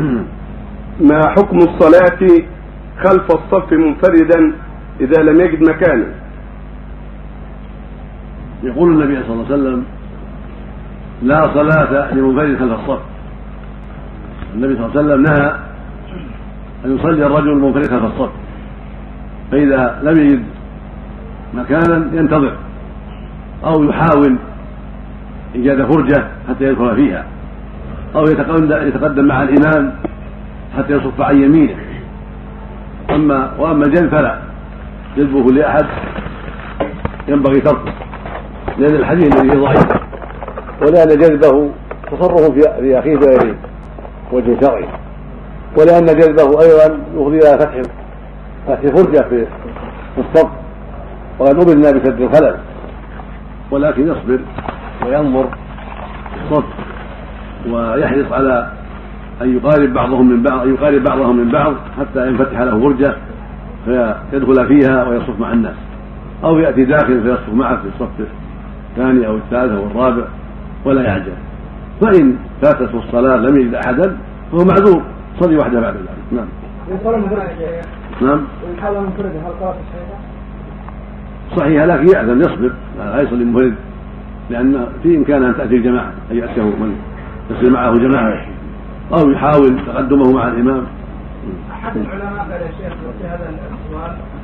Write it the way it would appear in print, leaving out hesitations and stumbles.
ما حكم الصلاة خلف الصف منفردا إذا لم يجد مكانا؟ يقول النبي صلى الله عليه وسلم: لا صلاة لمنفرد خلف الصف. النبي صلى الله عليه وسلم نهى أن يصلي الرجل المنفرد خلف الصف، فإذا لم يجد مكانا ينتظر أو يحاول إيجاد فرجة حتى يدخل فيها، أو يتقدم مع الإمام حتى يصف عن يمينه. وأما الجذب فلا، جذبه لأحد ينبغي تركه، لأن الحديث الذي ضعيف، ولأن جذبه تصرف في أخيه بغير وجه شرعي، ولأن جذبه أيضا يفضي إلى فتح فرجة في الصف، وقد أمرنا بسد الخلل، ولكن يصبر وينظر في الصف ويحرص على أن يقارب بعضهم من بعض حتى ينفتح له فرجة فيدخل فيها ويصف مع الناس، أو يأتي داخل فيصف معه في الصف الثاني أو الثالث أو الرابع ولا يعجل. فإن فاتته الصلاة لم يجد أحدا فهو معذور، صلي وحده بعد ذلك. نعم. نعم. صحيح، لكن يأذن يصبر لا يصلي منفرد، لأن في إمكانه أن تأتي الجماعة، أن يأتيه من يصلي معه جماعة، أو يحاول تقدمه مع الإمام. أحد العلماء قال يا شيخ في هذا السؤال